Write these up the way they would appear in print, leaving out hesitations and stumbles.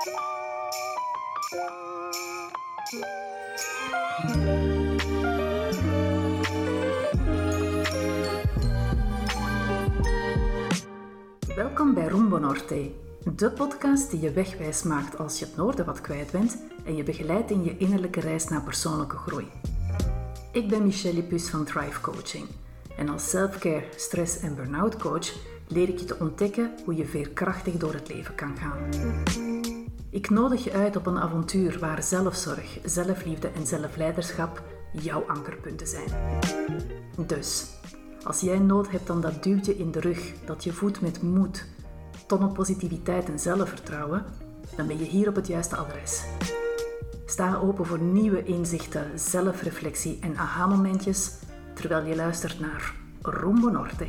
Welkom bij Rumbo Norte, de podcast die je wegwijs maakt als je het noorden wat kwijt bent en je begeleidt in je innerlijke reis naar persoonlijke groei. Ik ben Michelle Pus van Thrive Coaching en als selfcare, stress- en burn-out coach leer ik je te ontdekken hoe je veerkrachtig door het leven kan gaan. Ik nodig je uit op een avontuur waar zelfzorg, zelfliefde en zelfleiderschap jouw ankerpunten zijn. Dus, als jij nood hebt aan dat duwtje in de rug dat je voedt met moed, tonnen positiviteit en zelfvertrouwen, dan ben je hier op het juiste adres. Sta open voor nieuwe inzichten, zelfreflectie en aha-momentjes terwijl je luistert naar Rumbo Norte.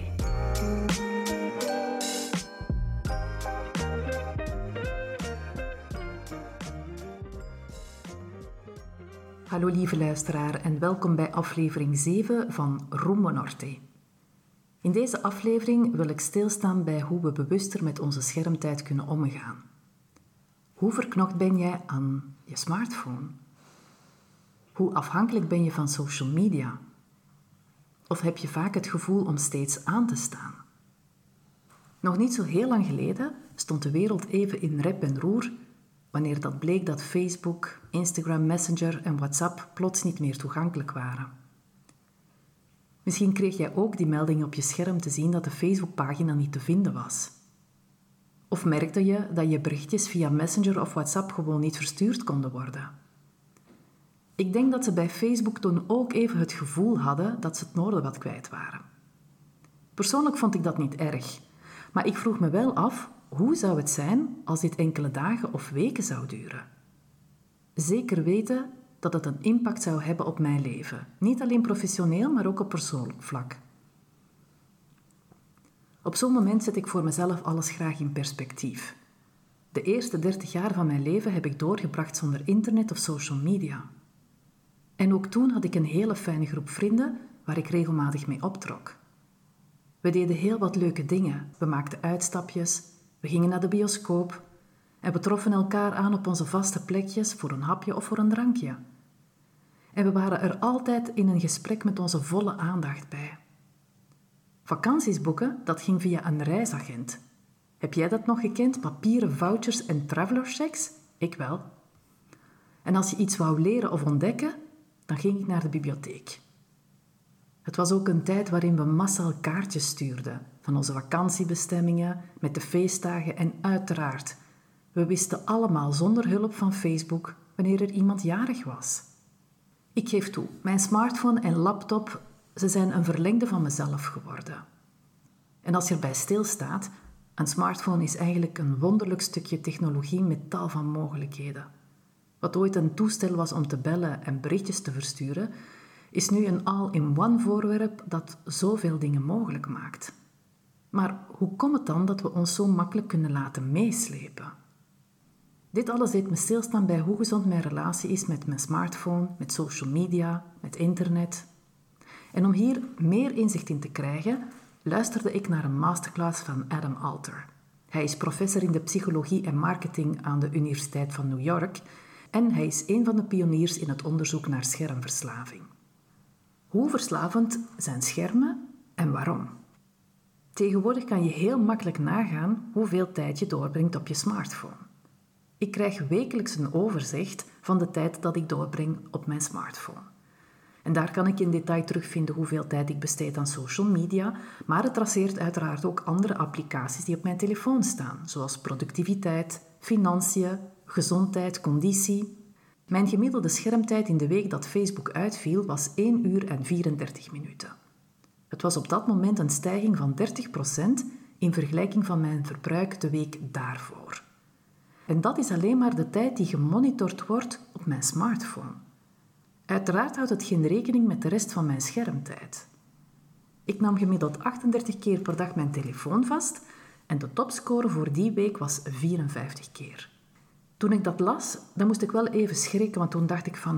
Hallo lieve luisteraar en welkom bij aflevering 7 van Rumbo Norte. In deze aflevering wil ik stilstaan bij hoe we bewuster met onze schermtijd kunnen omgaan. Hoe verknocht ben jij aan je smartphone? Hoe afhankelijk ben je van social media? Of heb je vaak het gevoel om steeds aan te staan? Nog niet zo heel lang geleden stond de wereld even in rep en roer wanneer dat bleek dat Facebook, Instagram Messenger en WhatsApp plots niet meer toegankelijk waren. Misschien kreeg jij ook die melding op je scherm te zien dat de Facebookpagina niet te vinden was. Of merkte je dat je berichtjes via Messenger of WhatsApp gewoon niet verstuurd konden worden. Ik denk dat ze bij Facebook toen ook even het gevoel hadden dat ze het noorden wat kwijt waren. Persoonlijk vond ik dat niet erg, maar ik vroeg me wel af, hoe zou het zijn als dit enkele dagen of weken zou duren? Zeker weten dat het een impact zou hebben op mijn leven. Niet alleen professioneel, maar ook op persoonlijk vlak. Op zo'n moment zet ik voor mezelf alles graag in perspectief. De eerste 30 jaar van mijn leven heb ik doorgebracht zonder internet of social media. En ook toen had ik een hele fijne groep vrienden waar ik regelmatig mee optrok. We deden heel wat leuke dingen. We maakten uitstapjes, we gingen naar de bioscoop en we troffen elkaar aan op onze vaste plekjes voor een hapje of voor een drankje. En we waren er altijd in een gesprek met onze volle aandacht bij. Vakanties boeken, dat ging via een reisagent. Heb jij dat nog gekend? Papieren vouchers en travelerchecks? Ik wel. En als je iets wou leren of ontdekken, dan ging ik naar de bibliotheek. Het was ook een tijd waarin we massaal kaartjes stuurden van onze vakantiebestemmingen, met de feestdagen en uiteraard, we wisten allemaal zonder hulp van Facebook wanneer er iemand jarig was. Ik geef toe, mijn smartphone en laptop, ze zijn een verlengde van mezelf geworden. En als je erbij stilstaat, een smartphone is eigenlijk een wonderlijk stukje technologie met tal van mogelijkheden. Wat ooit een toestel was om te bellen en berichtjes te versturen, is nu een all-in-one voorwerp dat zoveel dingen mogelijk maakt. Maar hoe komt het dan dat we ons zo makkelijk kunnen laten meeslepen? Dit alles deed me stilstaan bij hoe gezond mijn relatie is met mijn smartphone, met social media, met internet. En om hier meer inzicht in te krijgen, luisterde ik naar een masterclass van Adam Alter. Hij is professor in de psychologie en marketing aan de Universiteit van New York en hij is een van de pioniers in het onderzoek naar schermverslaving. Hoe verslavend zijn schermen en waarom? Tegenwoordig kan je heel makkelijk nagaan hoeveel tijd je doorbrengt op je smartphone. Ik krijg wekelijks een overzicht van de tijd dat ik doorbreng op mijn smartphone. En daar kan ik in detail terugvinden hoeveel tijd ik besteed aan social media, maar het traceert uiteraard ook andere applicaties die op mijn telefoon staan, zoals productiviteit, financiën, gezondheid, conditie. Mijn gemiddelde schermtijd in de week dat Facebook uitviel was 1 uur en 34 minuten. Het was op dat moment een stijging van 30% in vergelijking van mijn verbruik de week daarvoor. En dat is alleen maar de tijd die gemonitord wordt op mijn smartphone. Uiteraard houdt het geen rekening met de rest van mijn schermtijd. Ik nam gemiddeld 38 keer per dag mijn telefoon vast en de topscore voor die week was 54 keer. Toen ik dat las, dan moest ik wel even schrikken, want toen dacht ik van,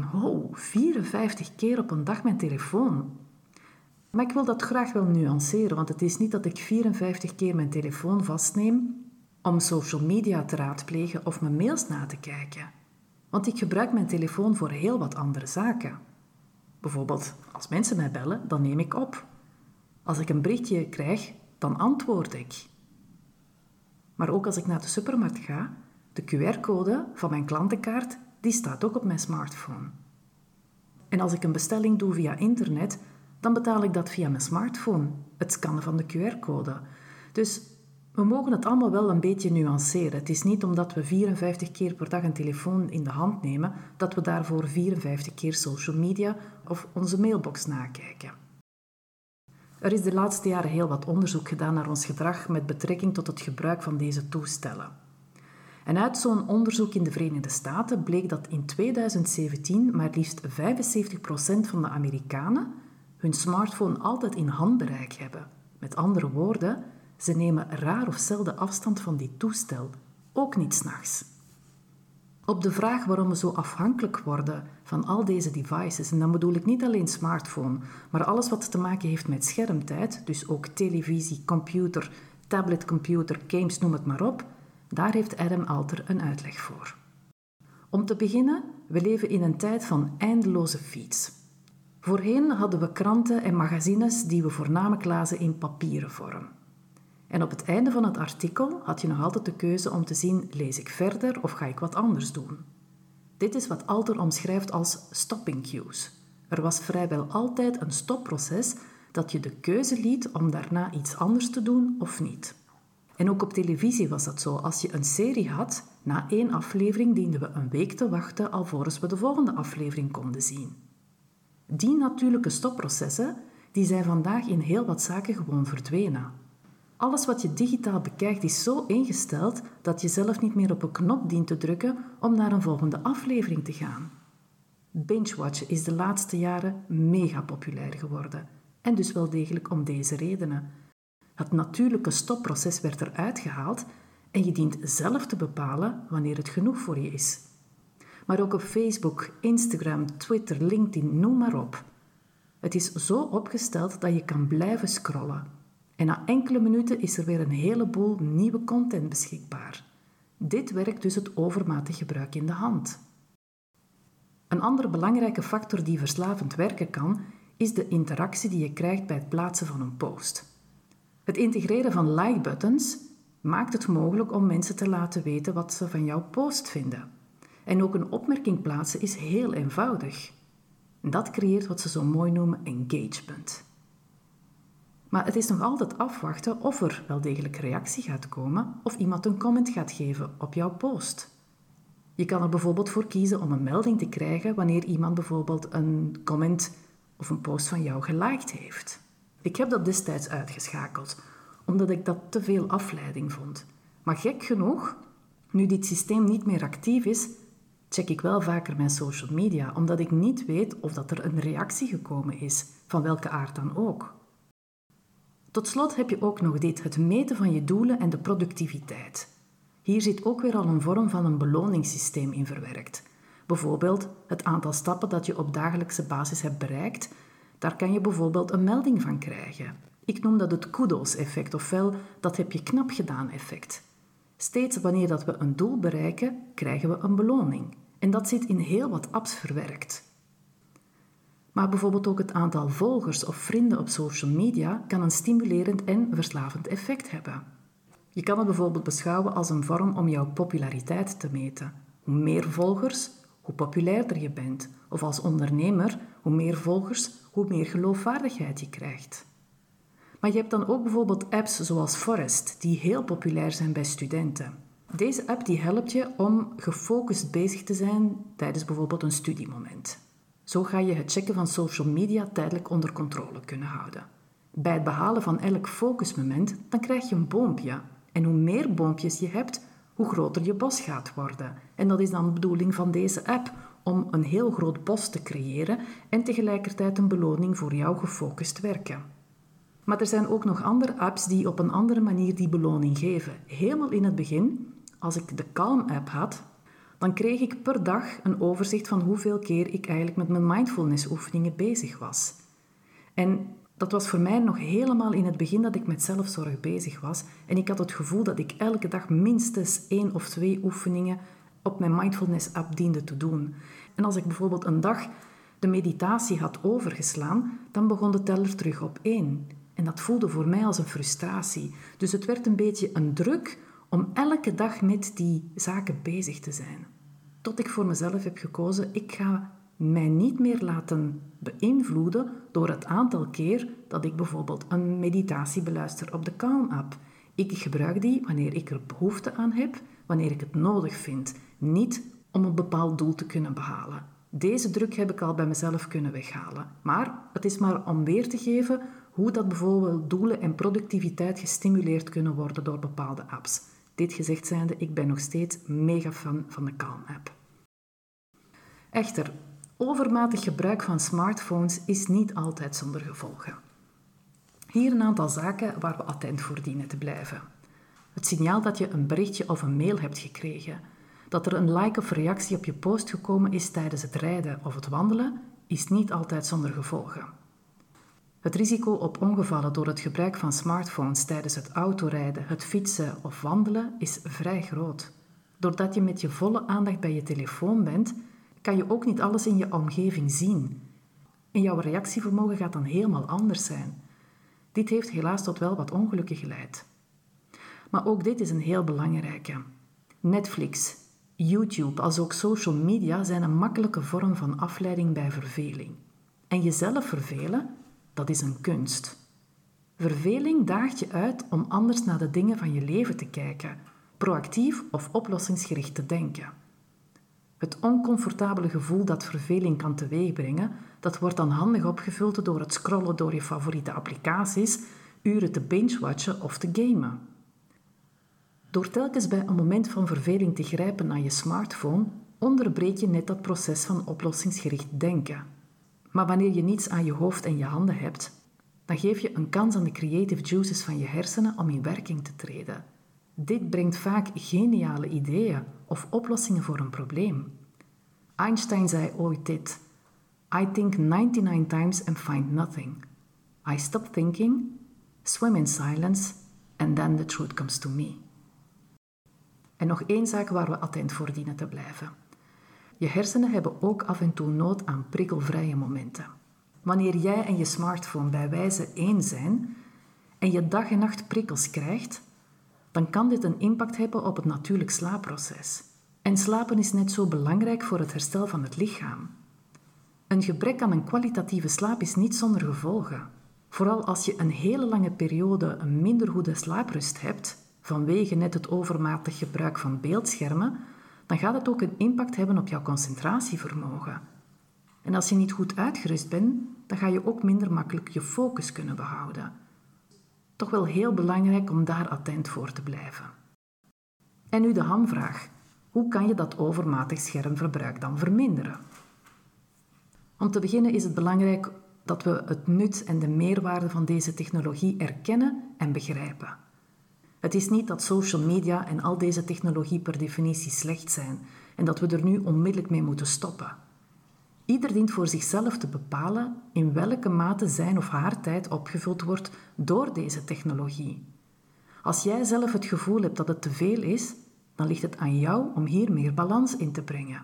54 keer op een dag mijn telefoon. Maar ik wil dat graag wel nuanceren, want het is niet dat ik 54 keer mijn telefoon vastneem om social media te raadplegen of mijn mails na te kijken. Want ik gebruik mijn telefoon voor heel wat andere zaken. Bijvoorbeeld, als mensen mij bellen, dan neem ik op. Als ik een berichtje krijg, dan antwoord ik. Maar ook als ik naar de supermarkt ga, de QR-code van mijn klantenkaart, die staat ook op mijn smartphone. En als ik een bestelling doe via internet, dan betaal ik dat via mijn smartphone, het scannen van de QR-code. Dus we mogen het allemaal wel een beetje nuanceren. Het is niet omdat we 54 keer per dag een telefoon in de hand nemen, dat we daarvoor 54 keer social media of onze mailbox nakijken. Er is de laatste jaren heel wat onderzoek gedaan naar ons gedrag met betrekking tot het gebruik van deze toestellen. En uit zo'n onderzoek in de Verenigde Staten bleek dat in 2017 maar liefst 75% van de Amerikanen hun smartphone altijd in handbereik hebben. Met andere woorden, ze nemen raar of zelden afstand van dit toestel, ook niet 's nachts. Op de vraag waarom we zo afhankelijk worden van al deze devices, en dan bedoel ik niet alleen smartphone, maar alles wat te maken heeft met schermtijd, dus ook televisie, computer, tabletcomputer, games, noem het maar op, daar heeft Adam Alter een uitleg voor. Om te beginnen, we leven in een tijd van eindeloze feeds. Voorheen hadden we kranten en magazines die we voornamelijk lazen in papieren vorm. En op het einde van het artikel had je nog altijd de keuze om te zien, lees ik verder of ga ik wat anders doen? Dit is wat Alter omschrijft als stopping cues. Er was vrijwel altijd een stopproces dat je de keuze liet om daarna iets anders te doen of niet. En ook op televisie was dat zo. Als je een serie had, na 1 aflevering dienden we een week te wachten alvorens we de volgende aflevering konden zien. Die natuurlijke stopprocessen die zijn vandaag in heel wat zaken gewoon verdwenen. Alles wat je digitaal bekijkt is zo ingesteld dat je zelf niet meer op een knop dient te drukken om naar een volgende aflevering te gaan. Binge-watchen is de laatste jaren mega populair geworden. En dus wel degelijk om deze redenen. Het natuurlijke stopproces werd eruit gehaald en je dient zelf te bepalen wanneer het genoeg voor je is. Maar ook op Facebook, Instagram, Twitter, LinkedIn, noem maar op. Het is zo opgesteld dat je kan blijven scrollen. En na enkele minuten is er weer een heleboel nieuwe content beschikbaar. Dit werkt dus het overmatig gebruik in de hand. Een andere belangrijke factor die verslavend werken kan, is de interactie die je krijgt bij het plaatsen van een post. Het integreren van like-buttons maakt het mogelijk om mensen te laten weten wat ze van jouw post vinden. En ook een opmerking plaatsen is heel eenvoudig. En dat creëert wat ze zo mooi noemen engagement. Maar het is nog altijd afwachten of er wel degelijk reactie gaat komen of iemand een comment gaat geven op jouw post. Je kan er bijvoorbeeld voor kiezen om een melding te krijgen wanneer iemand bijvoorbeeld een comment of een post van jou geliked heeft. Ik heb dat destijds uitgeschakeld, omdat ik dat te veel afleiding vond. Maar gek genoeg, nu dit systeem niet meer actief is, check ik wel vaker mijn social media, omdat ik niet weet of dat er een reactie gekomen is, van welke aard dan ook. Tot slot heb je ook nog dit, het meten van je doelen en de productiviteit. Hier zit ook weer al een vorm van een beloningssysteem in verwerkt. Bijvoorbeeld het aantal stappen dat je op dagelijkse basis hebt bereikt, daar kan je bijvoorbeeld een melding van krijgen. Ik noem dat het kudos-effect, ofwel dat heb je knap gedaan effect. Steeds wanneer dat we een doel bereiken, krijgen we een beloning. En dat zit in heel wat apps verwerkt. Maar bijvoorbeeld ook het aantal volgers of vrienden op social media kan een stimulerend en verslavend effect hebben. Je kan het bijvoorbeeld beschouwen als een vorm om jouw populariteit te meten. Hoe meer volgers, hoe populairder je bent. Of als ondernemer, hoe meer volgers, hoe meer geloofwaardigheid je krijgt. Maar je hebt dan ook bijvoorbeeld apps zoals Forest, die heel populair zijn bij studenten. Deze app die helpt je om gefocust bezig te zijn tijdens bijvoorbeeld een studiemoment. Zo ga je het checken van social media tijdelijk onder controle kunnen houden. Bij het behalen van elk focusmoment, dan krijg je een boompje. En hoe meer boompjes je hebt, hoe groter je bos gaat worden. En dat is dan de bedoeling van deze app, om een heel groot bos te creëren en tegelijkertijd een beloning voor jouw gefocust werken. Maar er zijn ook nog andere apps die op een andere manier die beloning geven. Helemaal in het begin, als ik de Calm-app had, dan kreeg ik per dag een overzicht van hoeveel keer ik eigenlijk met mijn mindfulness-oefeningen bezig was. En Dat was voor mij nog helemaal in het begin dat ik met zelfzorg bezig was en ik had het gevoel dat ik elke dag minstens 1 of 2 oefeningen op mijn mindfulness-app diende te doen. En als ik bijvoorbeeld een dag de meditatie had overgeslaan, dan begon de teller terug op 1. En dat voelde voor mij als een frustratie. Dus het werd een beetje een druk om elke dag met die zaken bezig te zijn. Tot ik voor mezelf heb gekozen, ik ga mij niet meer laten beïnvloeden door het aantal keer dat ik bijvoorbeeld een meditatie beluister op de Calm-app. Ik gebruik die wanneer ik er behoefte aan heb, wanneer ik het nodig vind. Niet om een bepaald doel te kunnen behalen. Deze druk heb ik al bij mezelf kunnen weghalen. Maar het is maar om weer te geven hoe dat bijvoorbeeld doelen en productiviteit gestimuleerd kunnen worden door bepaalde apps. Dit gezegd zijnde, ik ben nog steeds mega fan van de Calm-app. Echter, overmatig gebruik van smartphones is niet altijd zonder gevolgen. Hier een aantal zaken waar we attent voor dienen te blijven. Het signaal dat je een berichtje of een mail hebt gekregen, dat er een like of reactie op je post gekomen is tijdens het rijden of het wandelen, is niet altijd zonder gevolgen. Het risico op ongevallen door het gebruik van smartphones tijdens het autorijden, het fietsen of wandelen is vrij groot. Doordat je met je volle aandacht bij je telefoon bent, kan je ook niet alles in je omgeving zien. En jouw reactievermogen gaat dan helemaal anders zijn. Dit heeft helaas tot wel wat ongelukken geleid. Maar ook dit is een heel belangrijke. Netflix, YouTube, als ook social media zijn een makkelijke vorm van afleiding bij verveling. En jezelf vervelen, dat is een kunst. Verveling daagt je uit om anders naar de dingen van je leven te kijken, proactief of oplossingsgericht te denken. Het oncomfortabele gevoel dat verveling kan teweegbrengen, dat wordt dan handig opgevuld door het scrollen door je favoriete applicaties, uren te binge-watchen of te gamen. Door telkens bij een moment van verveling te grijpen naar je smartphone, onderbreek je net dat proces van oplossingsgericht denken. Maar wanneer je niets aan je hoofd en je handen hebt, dan geef je een kans aan de creative juices van je hersenen om in werking te treden. Dit brengt vaak geniale ideeën of oplossingen voor een probleem. Einstein zei ooit dit: I think 99 times and find nothing. I stop thinking, swim in silence, and then the truth comes to me. En nog één zaak waar we attent voor dienen te blijven. Je hersenen hebben ook af en toe nood aan prikkelvrije momenten. Wanneer jij en je smartphone bij wijze één zijn en je dag en nacht prikkels krijgt, dan kan dit een impact hebben op het natuurlijk slaapproces. En slapen is net zo belangrijk voor het herstel van het lichaam. Een gebrek aan een kwalitatieve slaap is niet zonder gevolgen. Vooral als je een hele lange periode een minder goede slaaprust hebt, vanwege net het overmatig gebruik van beeldschermen, dan gaat het ook een impact hebben op jouw concentratievermogen. En als je niet goed uitgerust bent, dan ga je ook minder makkelijk je focus kunnen behouden. Toch wel heel belangrijk om daar attent voor te blijven. En nu de hamvraag. Hoe kan je dat overmatig schermverbruik dan verminderen? Om te beginnen is het belangrijk dat we het nut en de meerwaarde van deze technologie erkennen en begrijpen. Het is niet dat social media en al deze technologie per definitie slecht zijn en dat we er nu onmiddellijk mee moeten stoppen. Ieder dient voor zichzelf te bepalen in welke mate zijn of haar tijd opgevuld wordt door deze technologie. Als jij zelf het gevoel hebt dat het te veel is, dan ligt het aan jou om hier meer balans in te brengen.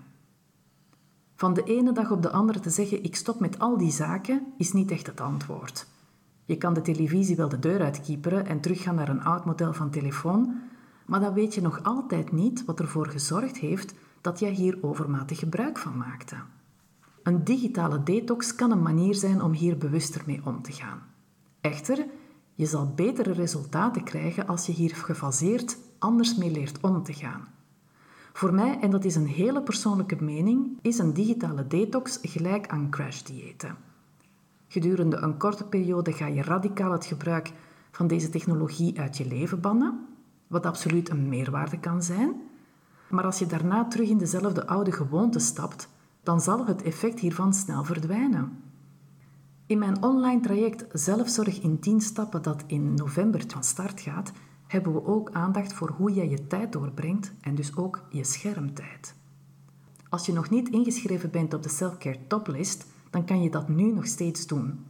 Van de ene dag op de andere te zeggen, ik stop met al die zaken, is niet echt het antwoord. Je kan de televisie wel de deur uitkieperen en teruggaan naar een oud model van telefoon, maar dan weet je nog altijd niet wat ervoor gezorgd heeft dat jij hier overmatig gebruik van maakte. Een digitale detox kan een manier zijn om hier bewuster mee om te gaan. Echter, je zal betere resultaten krijgen als je hier gefaseerd anders mee leert om te gaan. Voor mij, en dat is een hele persoonlijke mening, is een digitale detox gelijk aan crashdiëten. Gedurende een korte periode ga je radicaal het gebruik van deze technologie uit je leven bannen, wat absoluut een meerwaarde kan zijn. Maar als je daarna terug in dezelfde oude gewoonte stapt, dan zal het effect hiervan snel verdwijnen. In mijn online traject Zelfzorg in 10 stappen dat in november van start gaat, hebben we ook aandacht voor hoe jij je tijd doorbrengt en dus ook je schermtijd. Als je nog niet ingeschreven bent op de Selfcare Toplist, dan kan je dat nu nog steeds doen.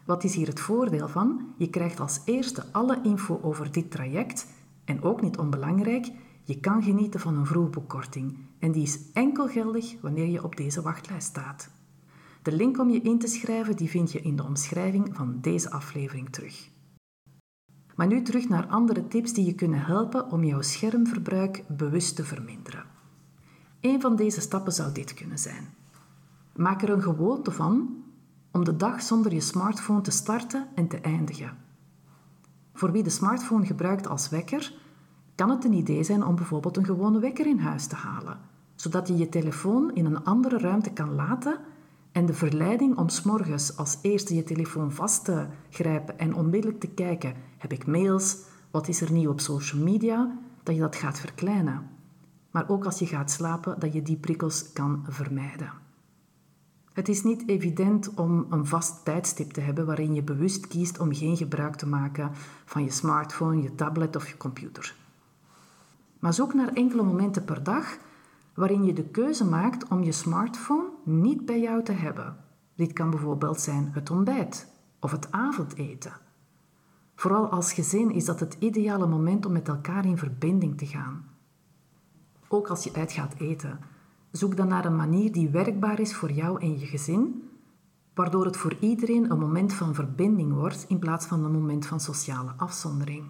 Wat is hier het voordeel van? Je krijgt als eerste alle info over dit traject en ook niet onbelangrijk, je kan genieten van een vroegboekkorting en die is enkel geldig wanneer je op deze wachtlijst staat. De link om je in te schrijven die vind je in de omschrijving van deze aflevering terug. Maar nu terug naar andere tips die je kunnen helpen om jouw schermverbruik bewust te verminderen. Een van deze stappen zou dit kunnen zijn. Maak er een gewoonte van om de dag zonder je smartphone te starten en te eindigen. Voor wie de smartphone gebruikt als wekker, kan het een idee zijn om bijvoorbeeld een gewone wekker in huis te halen, zodat je je telefoon in een andere ruimte kan laten en de verleiding om 's morgens als eerste je telefoon vast te grijpen en onmiddellijk te kijken, heb ik mails, wat is er nieuw op social media, dat je dat gaat verkleinen. Maar ook als je gaat slapen, dat je die prikkels kan vermijden. Het is niet evident om een vast tijdstip te hebben waarin je bewust kiest om geen gebruik te maken van je smartphone, je tablet of je computer. Maar zoek naar enkele momenten per dag waarin je de keuze maakt om je smartphone niet bij jou te hebben. Dit kan bijvoorbeeld zijn het ontbijt of het avondeten. Vooral als gezin is dat het ideale moment om met elkaar in verbinding te gaan. Ook als je uit gaat eten, zoek dan naar een manier die werkbaar is voor jou en je gezin, waardoor het voor iedereen een moment van verbinding wordt in plaats van een moment van sociale afzondering.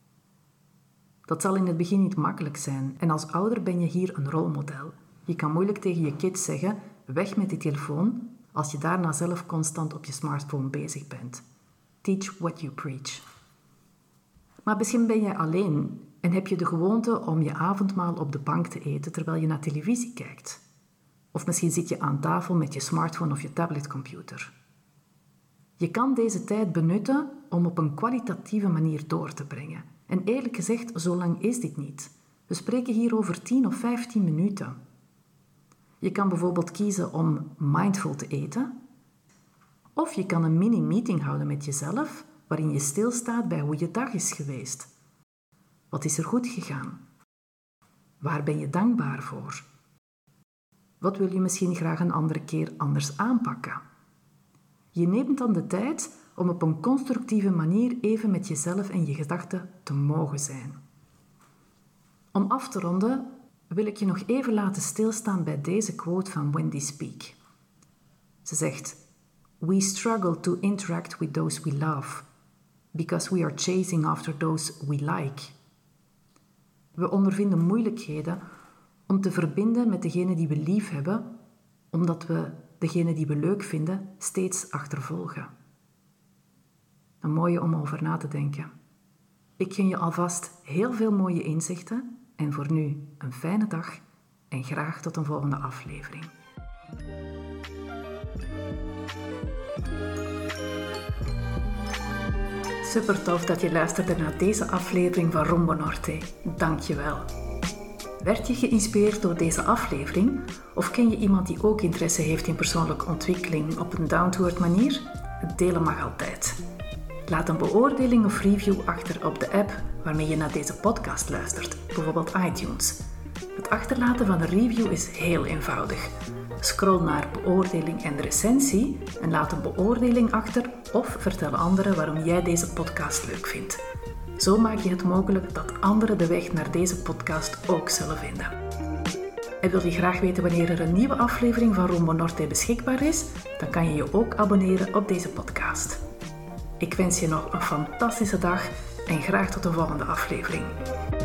Dat zal in het begin niet makkelijk zijn en als ouder ben je hier een rolmodel. Je kan moeilijk tegen je kids zeggen, weg met die telefoon, als je daarna zelf constant op je smartphone bezig bent. Teach what you preach. Maar misschien ben jij alleen en heb je de gewoonte om je avondmaal op de bank te eten terwijl je naar televisie kijkt. Of misschien zit je aan tafel met je smartphone of je tabletcomputer. Je kan deze tijd benutten om op een kwalitatieve manier door te brengen. En eerlijk gezegd, zo lang is dit niet. We spreken hier over 10 of 15 minuten. Je kan bijvoorbeeld kiezen om mindful te eten. Of je kan een mini-meeting houden met jezelf, waarin je stilstaat bij hoe je dag is geweest. Wat is er goed gegaan? Waar ben je dankbaar voor? Wat wil je misschien graag een andere keer anders aanpakken? Je neemt dan de tijd om op een constructieve manier even met jezelf en je gedachten te mogen zijn. Om af te ronden wil ik je nog even laten stilstaan bij deze quote van Wendy Speake. Ze zegt: "We struggle to interact with those we love, because we are chasing after those we like." We ondervinden moeilijkheden om te verbinden met degene die we lief hebben, omdat we degene die we leuk vinden steeds achtervolgen. Een mooie om over na te denken. Ik gun je alvast heel veel mooie inzichten en voor nu een fijne dag en graag tot een volgende aflevering. Super tof dat je luisterde naar deze aflevering van Rumbo Norte. Dank je wel. Werd je geïnspireerd door deze aflevering? Of ken je iemand die ook interesse heeft in persoonlijke ontwikkeling op een down-to-earth manier? Delen mag altijd. Laat een beoordeling of review achter op de app waarmee je naar deze podcast luistert, bijvoorbeeld iTunes. Het achterlaten van een review is heel eenvoudig. Scroll naar beoordeling en recensie en laat een beoordeling achter of vertel anderen waarom jij deze podcast leuk vindt. Zo maak je het mogelijk dat anderen de weg naar deze podcast ook zullen vinden. En wil je graag weten wanneer er een nieuwe aflevering van Rumbo Norte beschikbaar is? Dan kan je je ook abonneren op deze podcast. Ik wens je nog een fantastische dag en graag tot de volgende aflevering.